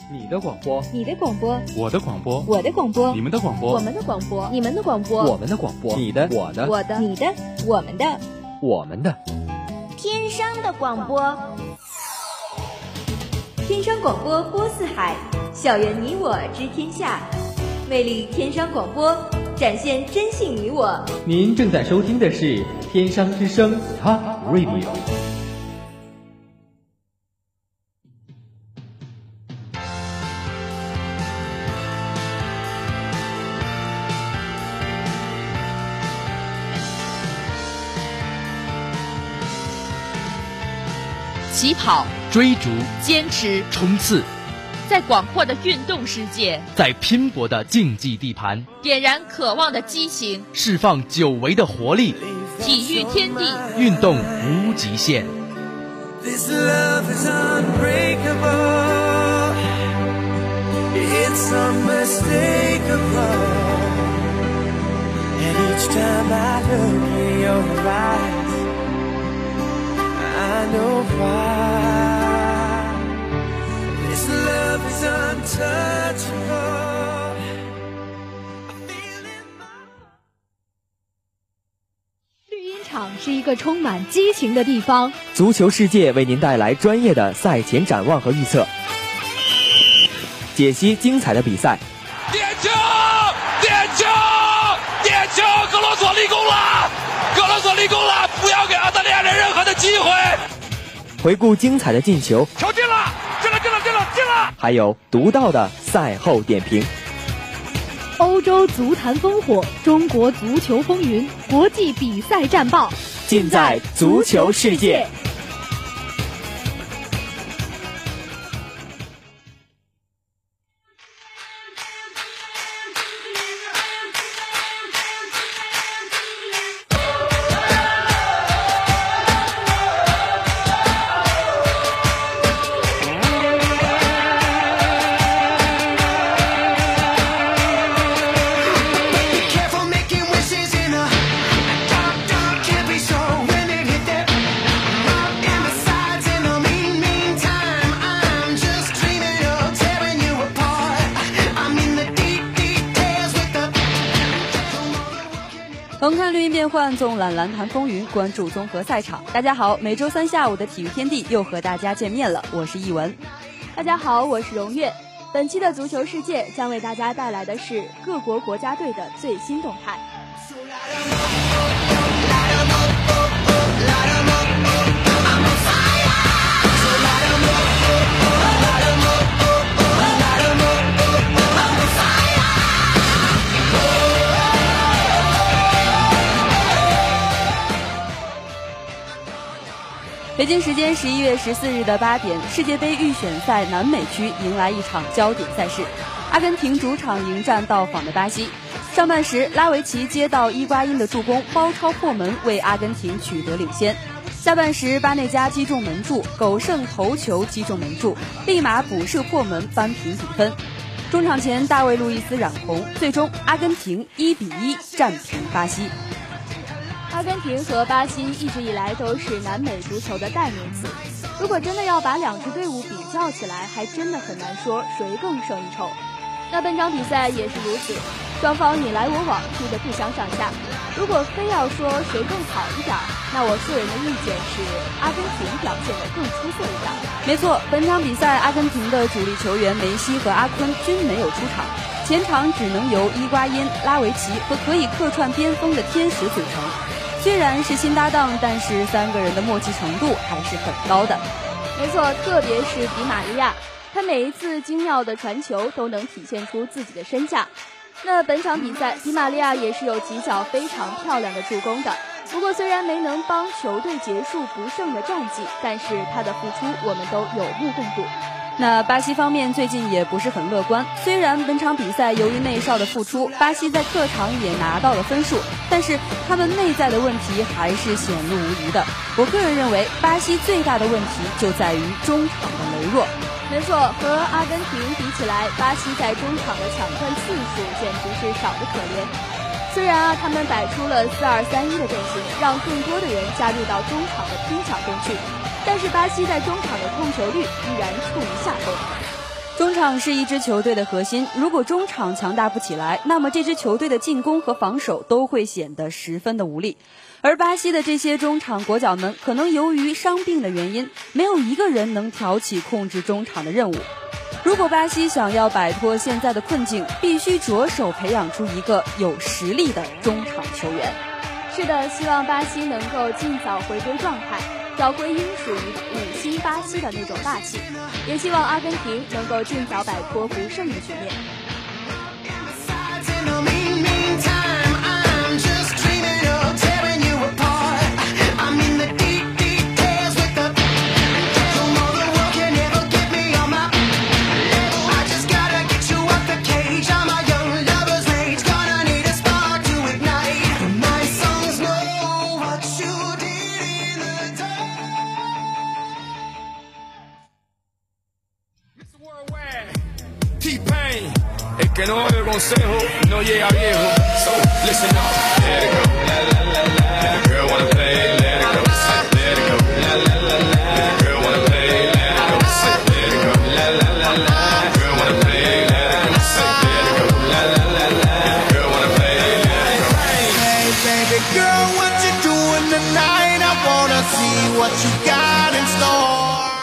你的广播， 你的广播， 我的广播， 我的广播， 你们的广播， 我们的广播，你们的广播， 我们的广播，你的，我的， 我的，你的，我们的， 我们的。 天商的广播， 天商广播播四海，校园你我知天下，魅力天商广播，展现真性你我。 您正在收听的是天商之声 Top Radio。 起跑、 追逐、 坚持、 冲刺， 在广阔的运动世界， 在拼搏的竞技地盘， 点燃渴望的激情， 释放久违的活力。 体育天地， 运动无极限。 This love is unbreakable. It's unmistakable. And each time I look in your eyes, I know why. This love is untouchable. 绿茵场是一个充满激情的地方， 足球世界为您带来专业的赛前展望和预测，解析精彩的比赛。 点球！点球！点球！格罗索立功了！格罗索立功了！不要给澳大利亚人任何的机会。 回顾精彩的进球， 球进了！进了！进了！进了！进了！ 还有独到的赛后点评。 欧洲足坛烽火，中国足球风云，国际比赛战报， 尽在足球世界。 横看绿茵变幻，纵览篮坛风云，关注综合赛场。大家好，每周三下午的体育天地又和大家见面了，我是艺文。 大家好，我是荣月。本期的足球世界将为大家带来的是各国国家队的最新动态。 北京时间11月14日的8点，世界杯预选赛南美区迎来一场焦点赛事，阿根廷主场迎战到访的巴西。上半时，拉维奇接到伊瓜因的助攻，包抄破门，为阿根廷取得领先。下半时，巴内加击中门柱，狗剩头球击中门柱，立马补射破门，扳平比分。中场前，大卫·路易斯染红，最终阿根廷1-1战平巴西。 阿根廷和巴西一直以来都是南美足球的代名词，如果真的要把两支队伍比较起来，还真的很难说谁更胜一筹。那本场比赛也是如此，双方你来我往，踢得不相上下。如果非要说谁更好一点，那我个人的意见是阿根廷表现得更出色一点。 没错，本场比赛阿根廷的主力球员梅西和阿坤均没有出场，前场只能由伊瓜因、拉维奇和可以客串边锋的天使组成。虽然是新搭档，但是三个人的默契程度还是很高的。 没错，特别是迪玛利亚，他每一次精妙的传球都能体现出自己的身价。那本场比赛，迪玛利亚也是有几脚非常漂亮的助攻的。不过虽然没能帮球队结束不胜的战绩，但是他的付出我们都有目共睹。 那巴西方面最近也不是很乐观，虽然本场比赛由于内少的付出，巴西在客场也拿到了分数，但是他们内在的问题还是显露无遗的。我个人认为，巴西最大的问题就在于中场的羸弱。 没错，和阿根廷比起来，巴西在中场的抢断次数简直是少得可怜。虽然他们摆出了4-2-3-1的阵型，让更多的人加入到中场的拼抢中去，但是巴西在中场的控球率依然处于下风。 中场是一支球队的核心，如果中场强大不起来，那么这支球队的进攻和防守都会显得十分的无力。而巴西的这些中场国脚们，可能由于伤病的原因，没有一个人能挑起控制中场的任务。如果巴西想要摆脱现在的困境，必须着手培养出一个有实力的中场球员。 是的，希望巴西能够尽早回归状态，找回应属于5星巴西的那种霸气，也希望阿根廷能够尽早摆脱不胜的局面。 Que no oye consejo, no llega viejo. So listen up, let it go, la la la la. Girl wanna play, let it go, let it go, la la la la. Girl wanna play, let it go, let it go, la la la la. Girl wanna play, let it go, let it go, la la la la. Girl wanna play, let it go. Hey baby girl, what you doing tonight? I wanna see what you got in store.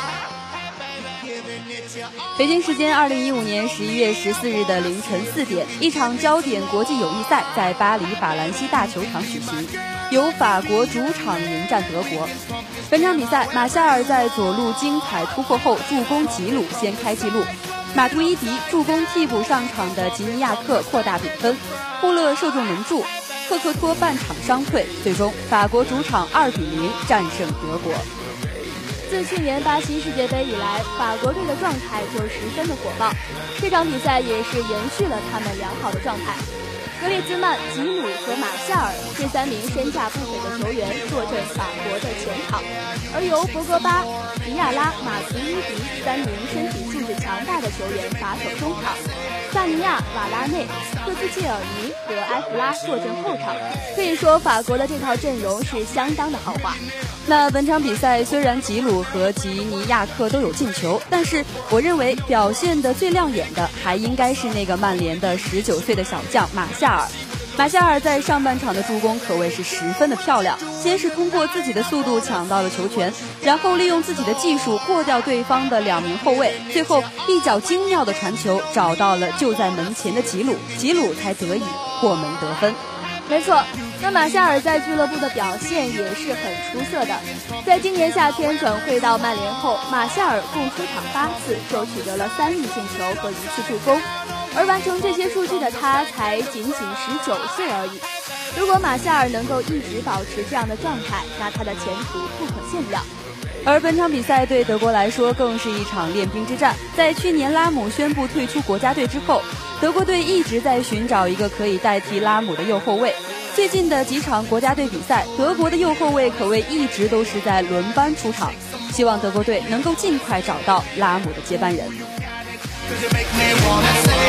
北京时间2015年11月14日的凌晨4点，一场焦点国际友谊赛在巴黎法兰西大球场举行，由法国主场迎战德国。本场比赛，马夏尔在左路精彩突破后助攻吉鲁先开纪录，马图伊迪助攻替补上场的吉尼亚克扩大比分，霍勒射中门柱，赫克托半场伤退，最终法国主场2-0战胜德国。 自去年巴西世界杯以来，法国队的状态就十分的火爆，这场比赛也是延续了他们良好的状态。格列兹曼、吉鲁和马夏尔这3名身价不菲的球员坐镇法国的前场，而由博格巴、迪亚拉、马图伊迪3名身体素质强大的球员把守中场，萨尼亚、瓦拉内、克斯切尔尼和埃弗拉坐镇后场。可以说，法国的这套阵容是相当的豪华。 那本场比赛虽然吉鲁和吉尼亚克都有进球，但是我认为表现的最亮眼的还应该是那个曼联的19岁的小将马夏尔。马夏尔在上半场的助攻可谓是十分的漂亮，先是通过自己的速度抢到了球权，然后利用自己的技术过掉对方的2名后卫，最后一脚精妙的传球找到了就在门前的吉鲁，吉鲁才得以破门得分。 没错，那马夏尔在俱乐部的表现也是很出色的。在今年夏天转会到曼联后，马夏尔共出场8次，就取得了3粒进球和1次助攻。而完成这些数据的他才仅19岁而已。如果马夏尔能够一直保持这样的状态，那他的前途不可限量。 而本场比赛对德国来说更是一场练兵之战。在去年拉姆宣布退出国家队之后，德国队一直在寻找一个可以代替拉姆的右后卫。最近的几场国家队比赛，德国的右后卫可谓一直都是在轮班出场，希望德国队能够尽快找到拉姆的接班人。 Cause you make me wanna say,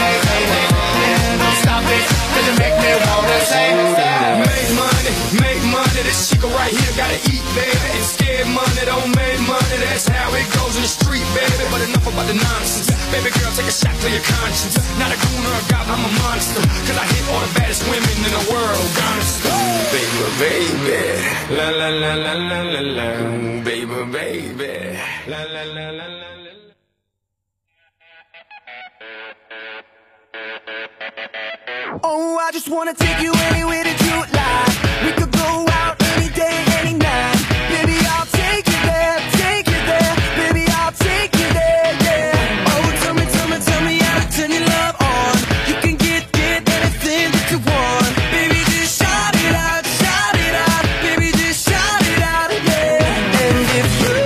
don't stop it, cause you make me wanna say, make money, this chico right here gotta eat, baby. It's scared money, don't make money, that's how it goes in the street, baby. But enough about the nonsense, baby girl, take a shot to your conscience. Not a goon or a god, I'm a monster, cause I hit all the baddest women in the world, honestly. Baby, baby, la la la la la la la, baby, baby, la la la la la. Oh, I just wanna take you anywhere that you like. We could go out any day, any night. Baby, I'll take you there, take you there. Baby, I'll take you there, yeah. Oh, tell me how to turn your love on. You can get anything that you want. Baby, just shout it out, baby, just shout it out, yeah. And if you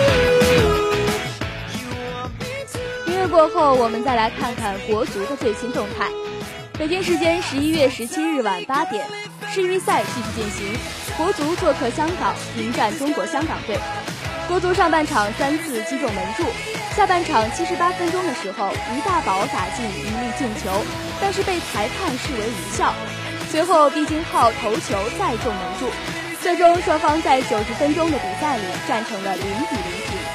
want me to. 音乐过后，我们再来看看国足的最新动态。北京时间11月17日晚8点，世预赛继续进行，国足做客香港迎战中国香港队。国足上半场3次击中门柱，下半场78分钟的时候，于大宝打进1粒进球，但是被裁判视为无效。随后毕金浩头球再中门柱，最终双方在90分钟的比赛里战成了0-0平。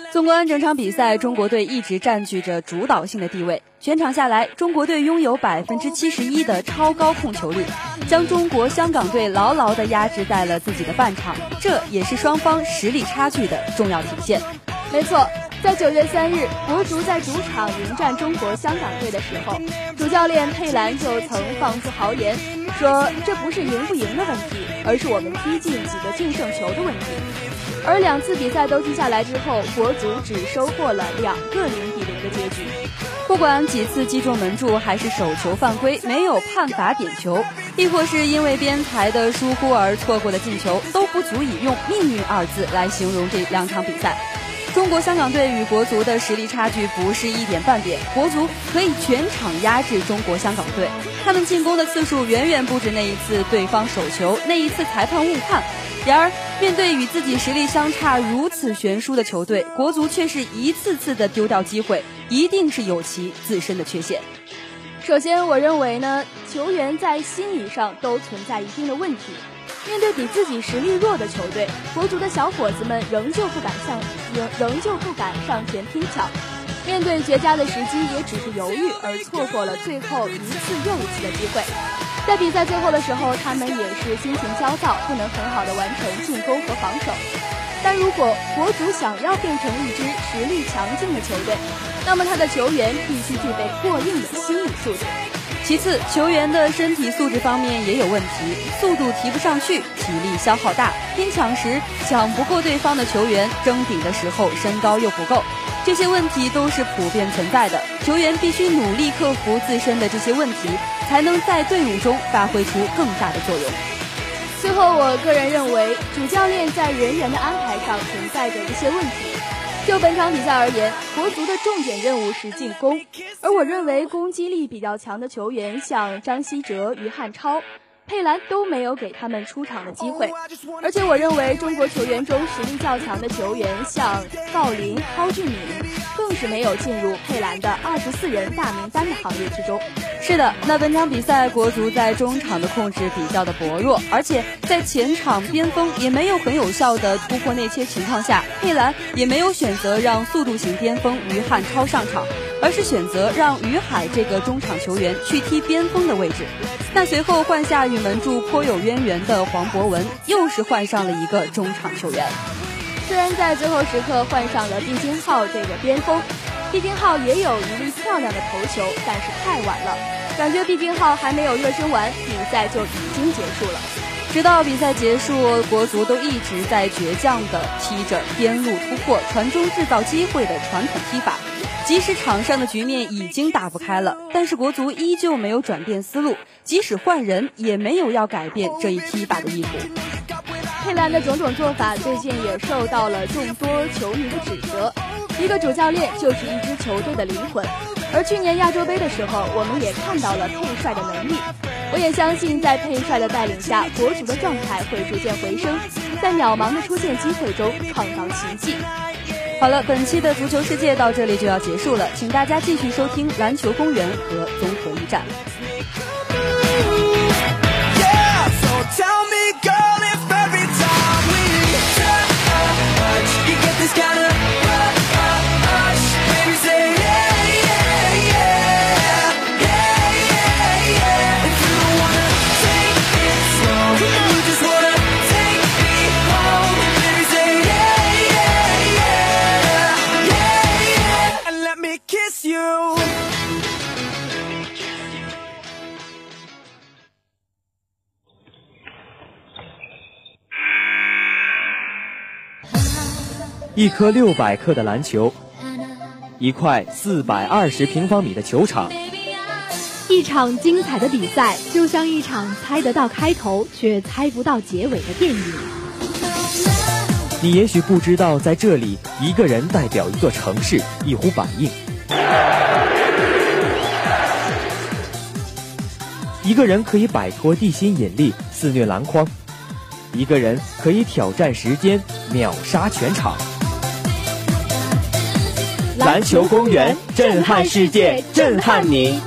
纵观整场比赛，中国队一直占据着主导性的地位。全场下来，中国队拥有71%的超高控球率，将中国香港队牢牢地压制在了自己的半场，这也是双方实力差距的重要体现。 没错，在9月3日，国足在主场迎战中国香港队的时候，主教练佩兰就曾放出豪言，说这不是赢不赢的问题，而是我们踢进几个净胜球的问题。而2次比赛都踢下来之后，国足只收获了2个0-0的结局。 不管几次击中门柱，还是手球犯规没有判罚点球，亦或是因为边裁的疏忽而错过的进球，都不足以用命运2字来形容这2场比赛。中国香港队与国足的实力差距不是一点半点，国足可以全场压制中国香港队，他们进攻的次数远远不止那一次对方手球，那一次裁判误判。然而面对与自己实力相差如此悬殊的球队，国足却是一次次的丢掉机会，一定是有其自身的缺陷。 首先我认为呢，球员在心理上都存在一定的问题。面对比自己实力弱的球队，国足的小伙子们仍旧不敢上前拼抢，面对绝佳的时机也只是犹豫，而错过了最后一次又一次的机会。在比赛最后的时候，他们也是心情焦躁，不能很好的完成进攻和防守。但如果国足想要变成一支实力强劲的球队，那么他的球员必须具备过硬的心理素质。 其次，球员的身体素质方面也有问题，速度提不上去，体力消耗大，拼抢时抢不过对方的球员，争顶的时候身高又不够，这些问题都是普遍存在的。球员必须努力克服自身的这些问题，才能在队伍中发挥出更大的作用。 最后，我个人认为，主教练在人员的安排上存在着一些问题。就本场比赛而言，国足的重点任务是进攻，而我认为攻击力比较强的球员像张稀哲、于汉超、佩兰都没有给他们出场的机会，而且我认为中国球员中实力较强的球员像郜林、蒿俊闵更是没有进入佩兰的24人大名单的行列之中。 是的，那本场比赛国足在中场的控制比较的薄弱，而且在前场边锋也没有很有效的突破内切情况下，佩兰也没有选择让速度型边锋于汉超上场，而是选择让于海这个中场球员去踢边锋的位置。那随后换下与门柱颇有渊源的黄博文，又是换上了一个中场球员。 虽然在最后时刻换上了毕金浩这个边锋，毕金浩也有一粒漂亮的头球，但是太晚了，感觉毕金浩还没有热身完，比赛就已经结束了。 直到比赛结束，国足都一直在倔强地踢着边路突破、传中制造机会的传统踢法，即使场上的局面已经打不开了，但是国足依旧没有转变思路，即使换人也没有要改变这一踢法的意图。 佩兰的种种做法最近也受到了众多球迷的指责，一个主教练就是一支球队的灵魂，而去年亚洲杯的时候，我们也看到了佩帅的能力。我也相信在佩帅的带领下，国足的状态会逐渐回升，在渺茫的出线机会中创造奇迹。 好了，本期的足球世界到这里就要结束了，请大家继续收听篮球公园和综合驿站。 一颗600克的篮球，一块420平方米的球场， 一场精彩的比赛，就像一场猜得到开头却猜不到结尾的电影。 你也许不知道，在这里，一个人代表一座城市，一呼百应；一个人可以摆脱地心引力，肆虐篮筐；一个人可以挑战时间，秒杀全场。篮球公园，震撼世界，震撼你。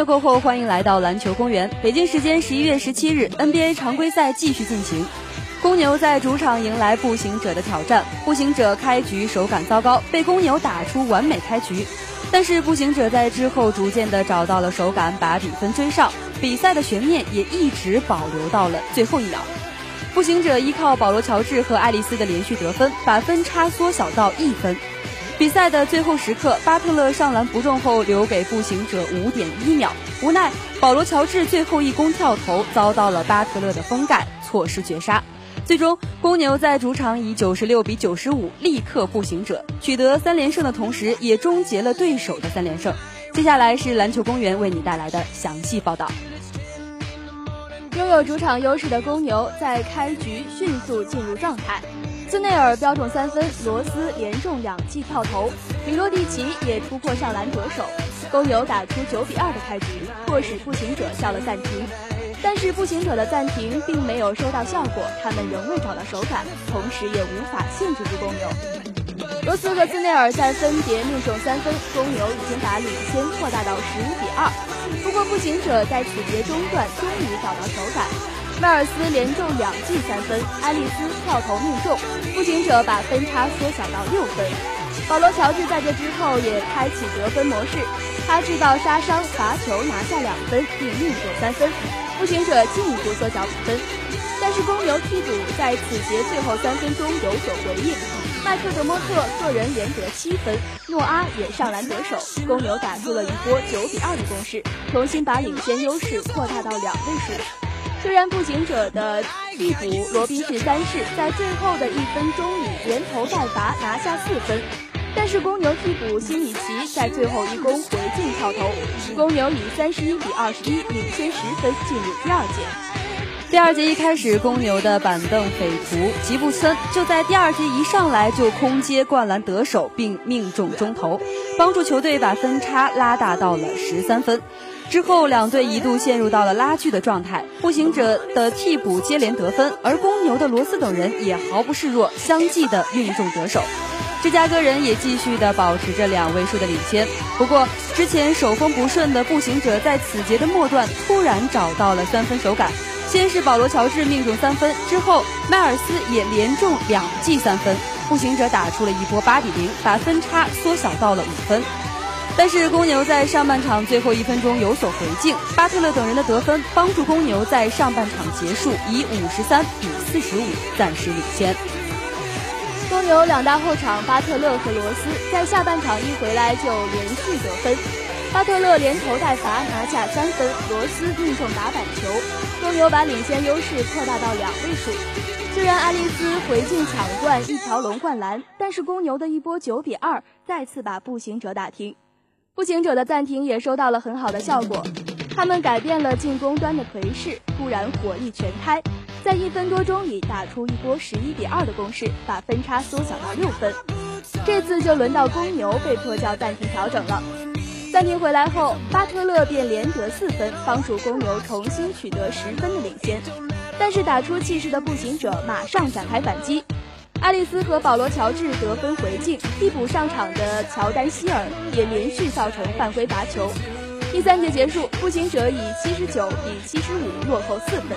乐过后，欢迎来到篮球公园。北京时间11月17日 NBA 常规赛继续进行，公牛在主场迎来步行者的挑战。步行者开局手感糟糕，被公牛打出完美开局，但是步行者在之后逐渐的找到了手感，把比分追上，比赛的悬念也一直保留到了最后一秒。步行者依靠保罗乔治和爱丽丝的连续得分，把分差缩小到1分。比赛的最后时刻，巴特勒上篮不中后留给步行者 5.1 秒，无奈保罗乔治最后一攻跳投遭到了巴特勒的封盖，错失绝杀。最终公牛在主场以96比95力克步行者，取得3连胜的同时也终结了对手的3连胜。接下来是篮球公园为你带来的详细报道。 拥有主场优势的公牛在开局迅速进入状态，斯内尔标中3分，罗斯连中2记跳投，米洛蒂奇也突破上篮得手，公牛打出9比2的开局，迫使步行者下了暂停。但是步行者的暂停并没有收到效果，他们仍未找到手感，同时也无法限制住公牛。罗斯和斯内尔在分别命中3分，公牛已经把领先扩大到15比2。不过步行者在此节中段终于找到手感，迈尔斯连中2记3分，爱丽丝跳投命中，步行者把分差缩小到6分。保罗乔治在这之后也开启得分模式，他制造杀伤，罚球拿下2分并命中3分，步行者进一步缩小比分。但是公牛替补在此节最后3分钟有所回应，麦克德莫特个人连得7分，诺阿也上篮得手，公牛打出了一波9比2的攻势，重新把领先优势扩大到2位数。虽然步行者的替补罗宾士3世在最后的1分钟里连投带罚拿下4分，但是公牛替补辛米奇在最后一攻回敬跳投，公牛以31比21领先10分进入第2节。 第2节一开始，公牛的板凳匪徒吉布森就在第2节一上来就空接灌篮得手，并命中中投，帮助球队把分差拉大到了13分。之后两队一度陷入到了拉锯的状态，步行者的替补接连得分，而公牛的罗斯等人也毫不示弱，相继的命中得手。芝加哥人也继续的保持着2位数的领先。不过之前手风不顺的步行者在此节的末段突然找到了3分手感，先是保罗乔治命中3分，之后迈尔斯也连中2记3分，步行者打出了一波8比0，把分差缩小到了5分。但是公牛在上半场最后1分钟有所回敬，巴特勒等人的得分帮助公牛在上半场结束以53比45暂时领先。 公牛2大后场巴特勒和罗斯在下半场一回来就连续得分，巴特勒连投带罚拿下3分，罗斯命中打板球，公牛把领先优势扩大到2位数。虽然爱丽丝回敬抢断一条龙灌篮，但是公牛的一波9比2再次把步行者打停。步行者的暂停也收到了很好的效果，他们改变了进攻端的颓势，突然火力全开，在1分多钟里打出一波11比2的攻势，把分差缩小到6分。这次就轮到公牛被迫叫暂停调整了。暂停回来后，巴特勒便连得4分，帮助公牛重新取得10分的领先。但是打出气势的步行者马上展开反击，爱丽丝和保罗乔治得分回敬，替补上场的乔丹希尔也连续造成犯规罚球。第3节结束，步行者以79比75落后4分。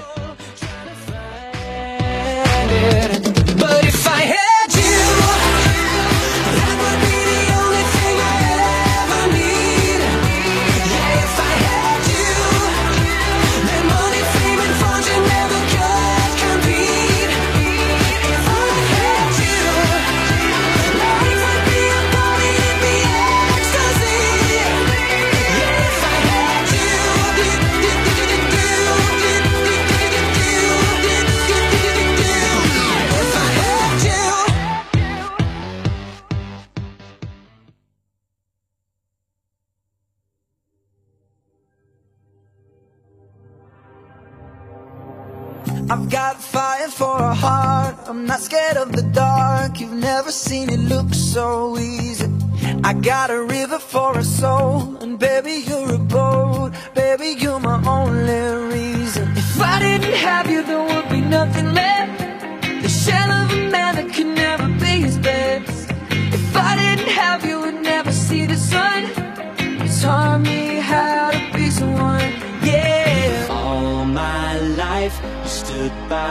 I've got fire for a heart, I'm not scared of the dark. You've never seen it look so easy. I got a river for a soul, and baby you're a boat. Baby you're my only reason. If I didn't have you there would be nothing left, the shell of a man that could never be his best. If I didn't have you we'd never see the sun. You taught me how to be someone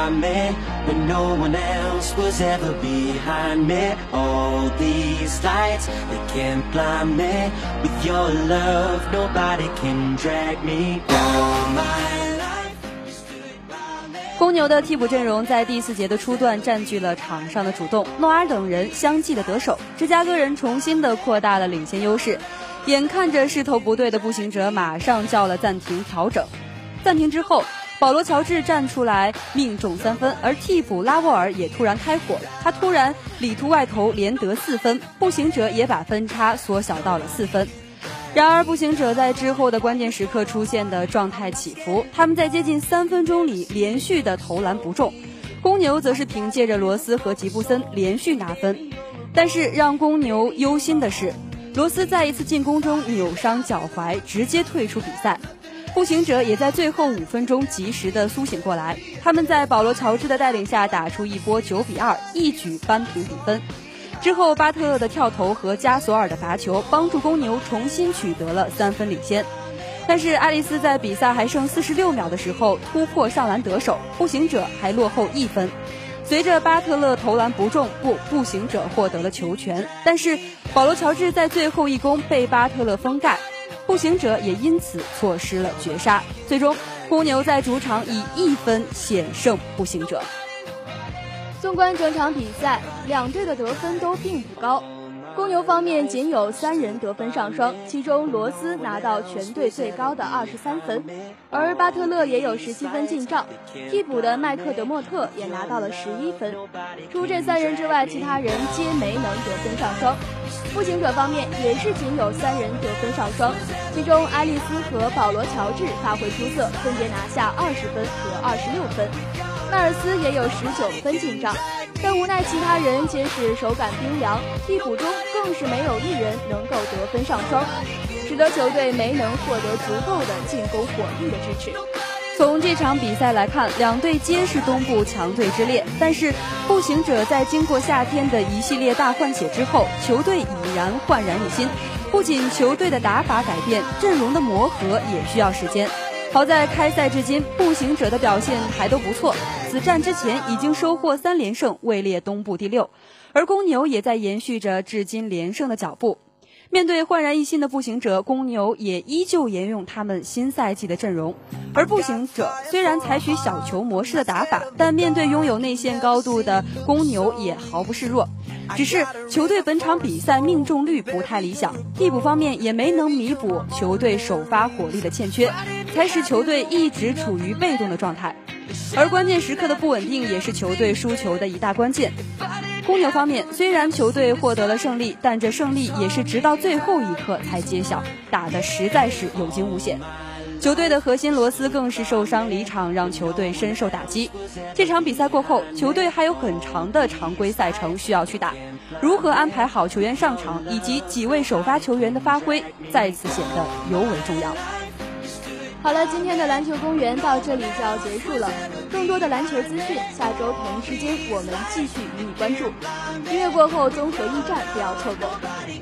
by me when no one else was ever behind me. All these lights, they can't blind me. With your love, nobody can drag me down. My life, you stood by me. 公牛的替补阵容在第4节的初段占据了场上的主动，诺阿等人相继的得手，芝加哥人重新的扩大了领先优势。眼看着势头不对的步行者马上叫了暂停调整，暂停之后，保罗乔治站出来命中3分，而替补拉沃尔也突然开火，他突然里图外投连得4分，步行者也把分差缩小到了4分。然而步行者在之后的关键时刻出现的状态起伏，他们在接近3分钟里连续的投篮不中，公牛则是凭借着罗斯和吉布森连续拿分。但是让公牛忧心的是，罗斯在一次进攻中扭伤脚踝，直接退出比赛。步行者也在最后5分钟及时的苏醒过来，他们在保罗乔治的带领下打出一波9-2，一举扳平比分。之后巴特勒的跳投和加索尔的罚球帮助公牛重新取得了3分领先。但是爱丽丝在比赛还剩46秒的时候突破上篮得手，步行者还落后1分。随着巴特勒投篮不中，步行者获得了球权，但是保罗乔治在最后一攻被巴特勒封盖，步行者也因此错失了绝杀。最终公牛在主场以1分险胜步行者。 纵观整场比赛，两队的得分都并不高。公牛方面仅有3人得分上双，其中罗斯拿到全队最高的23分，而巴特勒也有17分进账，替补的麦克德莫特也拿到了11分。除这3人之外，其他人皆没能得分上双。步行者方面也是仅有3人得分上双，其中爱丽丝和保罗乔治发挥出色，分别拿下20分和26分。纳尔斯也有19分进账，但无奈其他人皆是手感冰凉，替补中更是没有1人能够得分上双，使得球队没能获得足够的进攻火力的支持。 从这场比赛来看，两队皆是东部强队之列，但是步行者在经过夏天的一系列大换血之后，球队已然焕然一新，不仅球队的打法改变，阵容的磨合也需要时间。好在开赛至今，步行者的表现还都不错，此战之前已经收获3连胜，位列东部第6，而公牛也在延续着至今连胜的脚步。面对焕然一新的步行者，公牛也依旧沿用他们新赛季的阵容，而步行者虽然采取小球模式的打法，但面对拥有内线高度的公牛也毫不示弱。只是球队本场比赛命中率不太理想，替补方面也没能弥补球队首发火力的欠缺，才使球队一直处于被动的状态。而关键时刻的不稳定也是球队输球的一大关键。公牛方面虽然球队获得了胜利，但这胜利也是直到最后一刻才揭晓，打得实在是有惊无险。球队的核心罗斯更是受伤离场，让球队深受打击。这场比赛过后，球队还有很长的常规赛程需要去打，如何安排好球员上场以及几位首发球员的发挥，再次显得尤为重要。 好了，今天的篮球公园到这里就要结束了。更多的篮球资讯，下周同一时间我们继续与你关注。音乐过后，综合驿站不要错过。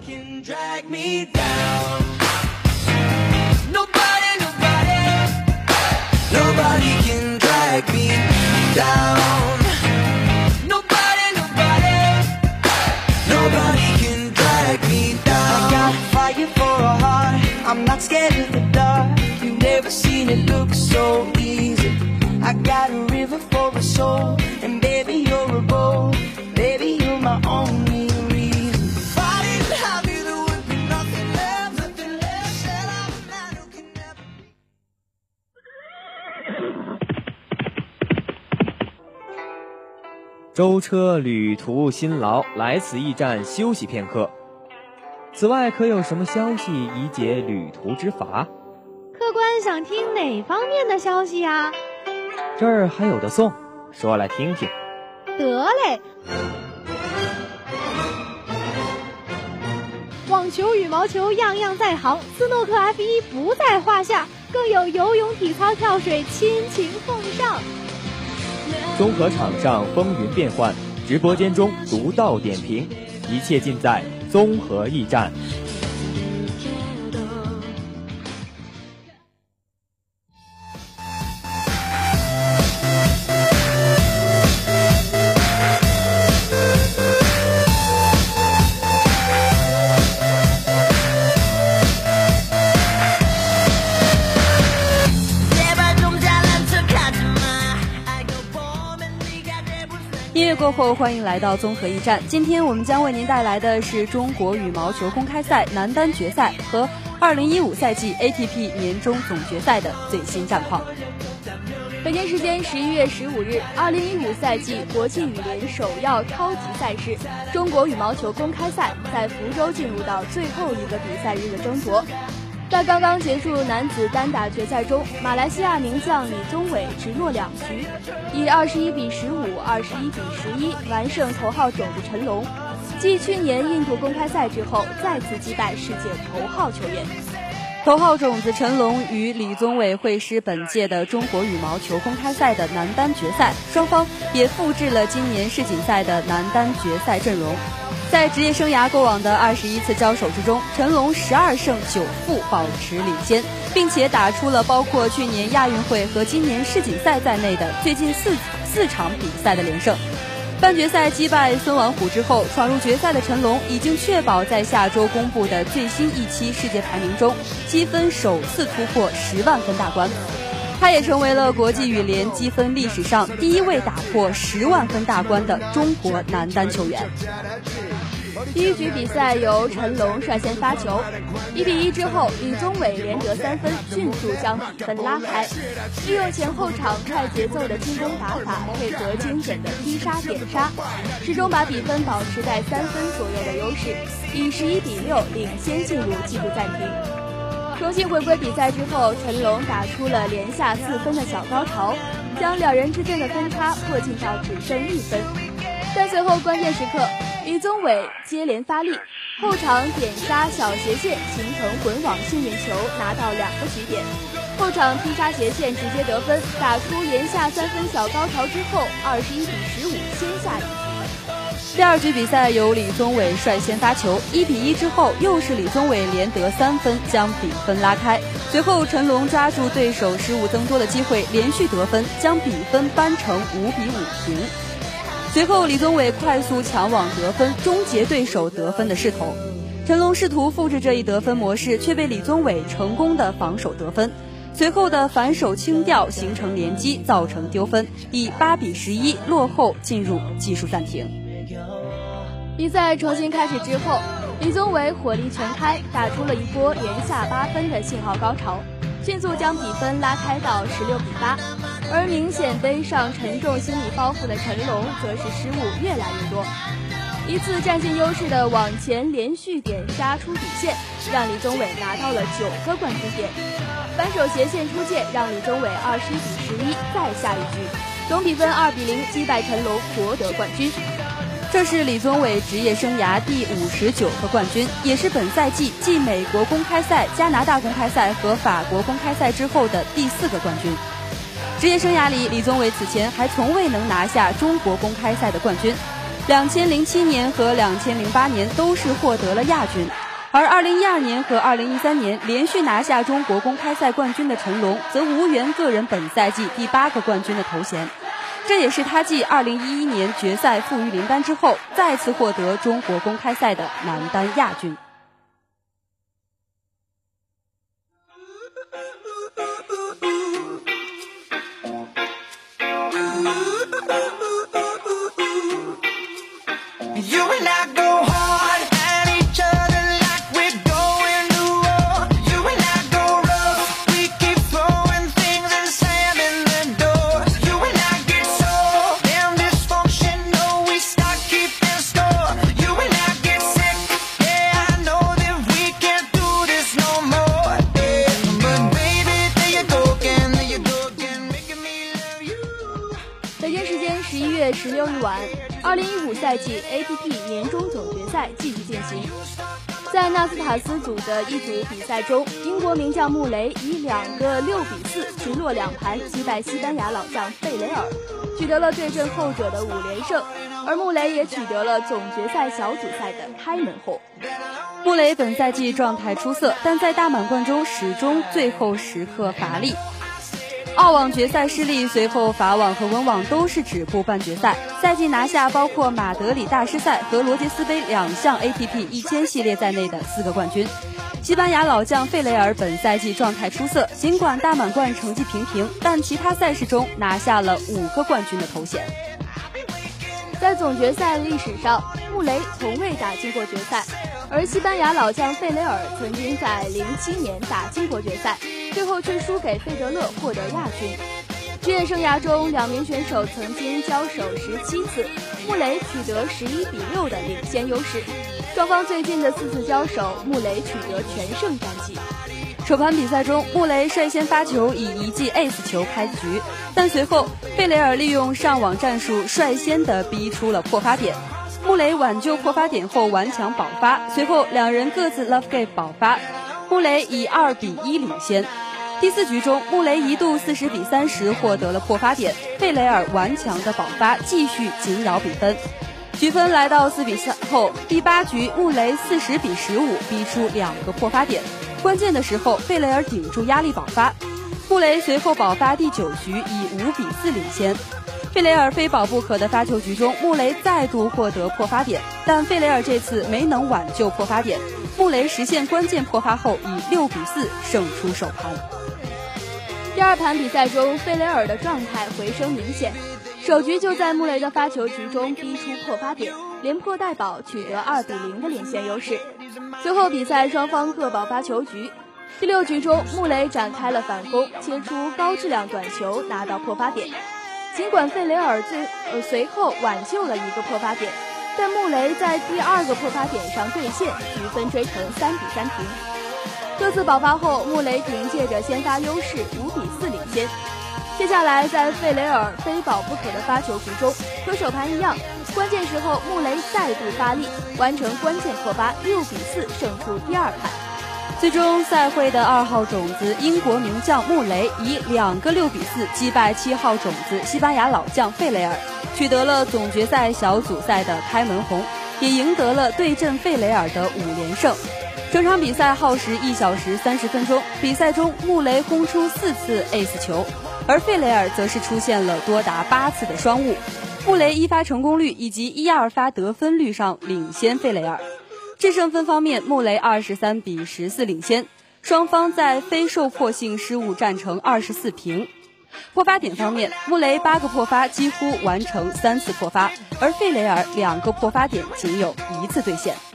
Nobody can drag me down. Nobody can drag me down. I got fire for a heart. I'm not scared of the dark. You've never seen it look so easy. I got a river for a soul, and baby you're a boat. Baby you're my only reason. If I didn't have you, there would be nothing left, nothing left. Said I'm a man who can never be. 舟车旅途辛劳，来此驿站休息片刻。此外，可有什么消息以解旅途之乏？ 客官想听哪方面的消息啊？ 这儿还有的送，说来听听。 得嘞。网球、羽毛球样样在行，斯诺克 F1不在话下，更有游泳、体操、跳水亲情奉上。 综合场上风云变幻，直播间中独到点评，一切尽在综合驿站。 音乐过后，欢迎来到综合驿站。今天我们将为您带来的是中国羽毛球公开赛男单决赛和2015赛季 ATP 年终总决赛的最新战况。 北京时间11月15日，2015赛季国际羽联首要超级赛事中国羽毛球公开赛在福州进入到最后一个比赛日的争夺。在刚刚结束男子单打决赛中，马来西亚名将李宗伟直落2局，以21比15、21比11完胜头号种子陈龙，继去年印度公开赛之后再次击败世界头号球员。 头号种子陈龙与李宗伟会师本届的中国羽毛球公开赛的男单决赛，双方也复制了今年世锦赛的男单决赛阵容。在职业生涯过往的21次交手之中，陈龙12胜9负保持领先，并且打出了包括去年亚运会和今年世锦赛在内的最近四场比赛的连胜。半决赛击败孙王虎之后，闯入决赛的陈龙已经确保在下周公布的最新一期世界排名中积分首次突破10万分大关。他也成为了国际羽联积分历史上第一位打破10万分大关的中国男单球员。 第一局比赛由陈龙率先发球，1比1之后，李宗伟连得3分，迅速将比分拉开。利用前后场快节奏的进攻打法，配合精准的踢杀点杀，始终把比分保持在3分左右的优势，以11比6领先进入季度暂停。重新回归比赛之后，陈龙打出了连下4分的小高潮，将两人之间的分差迫近到只剩1分。但随后关键时刻，李宗伟接连发力，后场点杀小斜线形成滚网幸运球，拿到2个局点。后场踢杀斜线直接得分，打出连下3分小高潮之后，21比15先下一局。 第二局比赛由李宗伟率先发球，1比1之后又是李宗伟连得3分，将比分拉开。随后陈龙抓住对手失误增多的机会，连续得分，将比分扳成5比5平。随后李宗伟快速抢网得分，终结对手得分的势头。陈龙试图复制这一得分模式，却被李宗伟成功的防守得分。随后的反手轻吊形成连击，造成丢分，以8比11落后进入技术暂停。 比赛重新开始之后，李宗伟火力全开，打出了一波连下8分的信号高潮，迅速将比分拉开到16比8。而明显背上沉重心理包袱的陈龙则是失误越来越多，一次占尽优势的往前连续点杀出底线，让李宗伟拿到了9个冠军点。反手斜线出界，让李宗伟21比11再下一局，总比分2比0击败陈龙，夺得冠军。 这是李宗伟职业生涯第59个冠军，也是本赛季继美国公开赛、加拿大公开赛和法国公开赛之后的第4个冠军。职业生涯里，李宗伟此前还从未能拿下中国公开赛的冠军，2007年和2008年都是获得了亚军，而2012年和2013年连续拿下中国公开赛冠军的陈龙，则无缘个人本赛季第8个冠军的头衔。这也是他继2011年决赛负于林丹之后，再次获得中国公开赛的男单亚军。 16日晚，2015赛季 ATP 年终总决赛继续进行。在纳斯塔斯组的一组比赛中，英国名将穆雷以2个6比4直落2盘击败西班牙老将费雷尔，取得了对阵后者的5连胜，而穆雷也取得了总决赛小组赛的开门红。 穆雷本赛季状态出色，但在大满贯中始终最后时刻乏力。澳网决赛失利，随后法网和温网都是止步半决赛。赛季拿下包括马德里大师赛和罗杰斯杯2项 ATP 1000系列在内的4个冠军。西班牙老将费雷尔本赛季状态出色，尽管大满贯成绩平平，但其他赛事中拿下了5个冠军的头衔。 在总决赛历史上，穆雷从未打进过决赛，而西班牙老将费雷尔曾经在07年打进过决赛，最后却输给费德勒获得亚军。职业生涯中，两名选手曾经交手17次，穆雷取得11-6的领先优势。双方最近的4次交手，穆雷取得全胜战绩。 首盘比赛中，穆雷率先发球，以一记 ace 球开局，但随后费雷尔利用上网战术率先的逼出了破发点。穆雷挽救破发点后顽强保发，随后两人各自 love game 保发，穆雷以2-1领先。第4局中，穆雷一度40-30获得了破发点，费雷尔顽强的保发，继续紧咬比分。局分来到4-3后，第8局穆雷40-15逼出2个破发点，关键的时候费雷尔顶住压力保发，穆雷随后保发第9局以5-4领先。费雷尔非保不可的发球局中，穆雷再度获得破发点，但费雷尔这次没能挽救破发点，穆雷实现关键破发后以6-4胜出首盘。 第2盘比赛中，费雷尔的状态回升明显，首局就在穆雷的发球局中逼出破发点，连破带保取得2-0的领先优势。随后比赛双方各保发球局。第6局中，穆雷展开了反攻，切出高质量短球拿到破发点。尽管费雷尔随后挽救了一个破发点，但穆雷在第2个破发点上兑现，局分追成3-3平。各自保发后，穆雷凭借着先发优势5-4领先。接下来在费雷尔非保不可的发球局中，和首盘一样，关键时候穆雷再度发力，完成关键破发，6-4胜出第2盘。 最终赛会的2号种子英国名将穆雷以2个6-4击败7号种子西班牙老将费雷尔，取得了总决赛小组赛的开门红，也赢得了对阵费雷尔的5连胜。整场比赛耗时1小时30分钟，比赛中穆雷轰出4次 ace 球，而费雷尔则是出现了多达8次的双误。穆雷一发成功率以及1-2发得分率上领先费雷尔。制胜分方面，穆雷23-14领先，双方在非受迫性失误战成24平。破发点方面，穆雷8个破发几乎完成3次破发，而费雷尔2个破发点仅有1次兑现。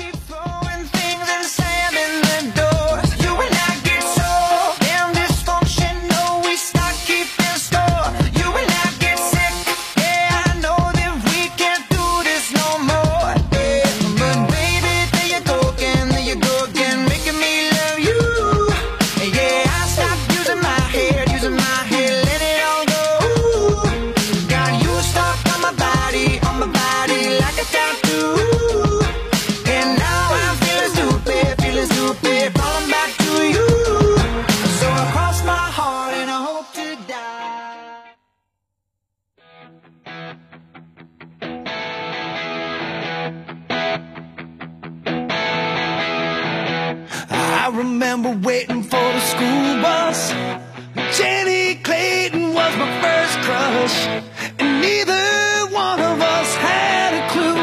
I remember waiting for the school bus. Jenny Clayton was my first crush, and neither one of us had a clue.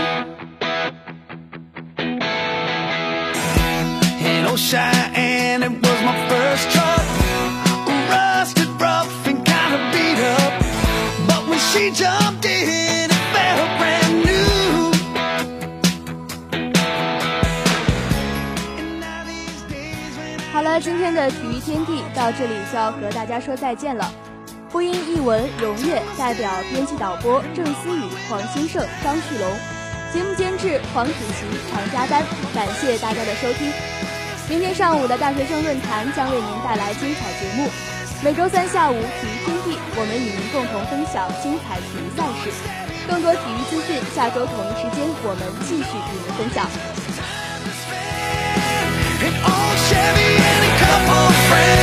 In old Cheyenne, it was my first truck, rusted, rough, and kind of beat up. But when she jumped in, it felt brand new. 好了，今天的体育天地到这里就要和大家说再见了。播音译文荣月，代表编辑导播郑思雨、黄兴盛、张旭龙，节目监制黄子琪、常佳丹。感谢大家的收听。明天上午的大学生论坛将为您带来精彩节目。每周3下午体育天地，我们与您共同分享精彩体育赛事。更多体育资讯，下周同一时间我们继续与您分享。 An old Chevy and a couple friends.